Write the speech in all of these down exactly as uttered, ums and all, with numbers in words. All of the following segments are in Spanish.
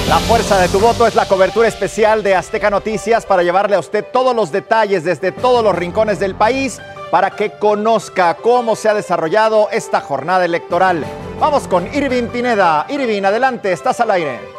La fuerza de tu voto es la cobertura especial de Azteca Noticias para llevarle a usted todos los detalles desde todos los rincones del país para que conozca cómo se ha desarrollado esta jornada electoral. Vamos con Irving Pineda. Irving, adelante, estás al aire.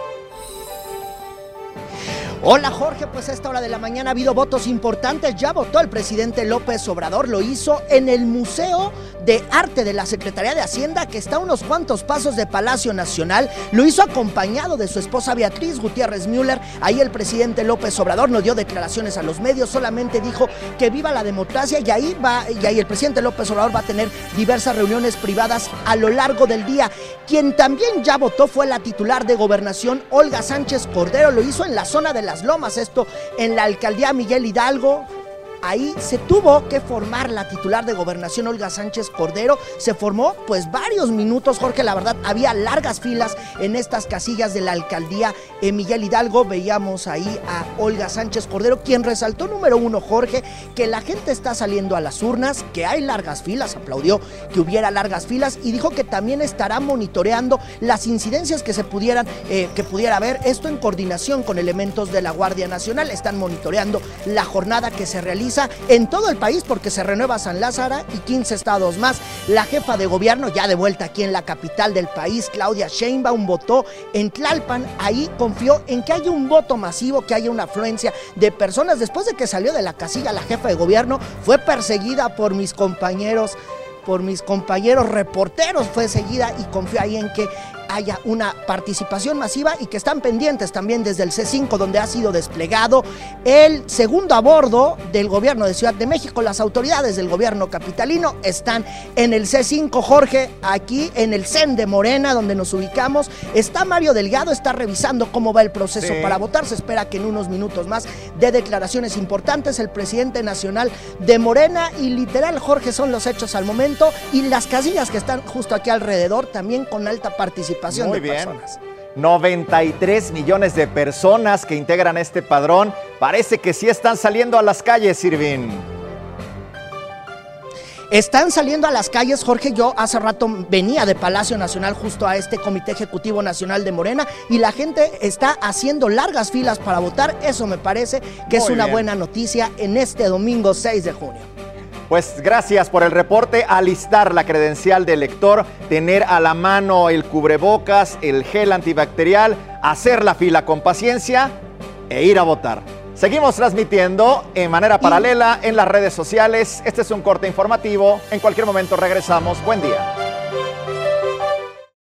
Hola Jorge, pues a esta hora de la mañana ha habido votos importantes. Ya votó el presidente López Obrador, lo hizo en el Museo de Arte de la Secretaría de Hacienda, que está a unos cuantos pasos de Palacio Nacional. Lo hizo acompañado de su esposa Beatriz Gutiérrez Müller. Ahí el presidente López Obrador no dio declaraciones a los medios, solamente dijo que viva la democracia, y ahí va, y ahí el presidente López Obrador va a tener diversas reuniones privadas a lo largo del día. Quien también ya votó fue la titular de Gobernación, Olga Sánchez Cordero. Lo hizo en la zona de Las Lomas, esto en la alcaldía Miguel Hidalgo. Ahí se tuvo que formar la titular de Gobernación, Olga Sánchez Cordero. Se formó pues varios minutos, Jorge, la verdad había largas filas en estas casillas de la alcaldía en Miguel Hidalgo. Veíamos ahí a Olga Sánchez Cordero, quien resaltó, número uno, Jorge, que la gente está saliendo a las urnas, que hay largas filas, aplaudió que hubiera largas filas y dijo que también estará monitoreando las incidencias que se pudieran, eh, que pudiera haber, esto en coordinación con elementos de la Guardia Nacional. Están monitoreando la jornada que se realiza en todo el país, porque se renueva San Lázaro y quince estados más. La jefa de gobierno, ya de vuelta aquí en la capital del país, Claudia Sheinbaum, votó en Tlalpan. Ahí confió en que haya un voto masivo, que haya una afluencia de personas. Después de que salió de la casilla, la jefa de gobierno fue perseguida por mis compañeros, por mis compañeros reporteros, fue seguida, y confió ahí en que haya una participación masiva y que están pendientes también desde el C cinco, donde ha sido desplegado el segundo a bordo del gobierno de Ciudad de México. Las autoridades del gobierno capitalino están en el C cinco, Jorge, aquí en el C E N de Morena, donde nos ubicamos. Está Mario Delgado, está revisando cómo va el proceso sí. para votar. Se espera que en unos minutos más dé declaraciones importantes el presidente nacional de Morena, y literal, Jorge, son los hechos al momento, y las casillas que están justo aquí alrededor también con alta participación. Muy de bien. Personas. noventa y tres millones de personas que integran este padrón. Parece que sí están saliendo a las calles, Irving. Están saliendo a las calles, Jorge. Yo hace rato venía de Palacio Nacional justo a este Comité Ejecutivo Nacional de Morena, y la gente está haciendo largas filas para votar. Eso me parece que Muy es una bien. buena noticia en este domingo seis de junio. Pues gracias por el reporte. Alistar la credencial de elector, tener a la mano el cubrebocas, el gel antibacterial, hacer la fila con paciencia e ir a votar. Seguimos transmitiendo en manera paralela en las redes sociales. Este es un corte informativo. En cualquier momento regresamos. Buen día.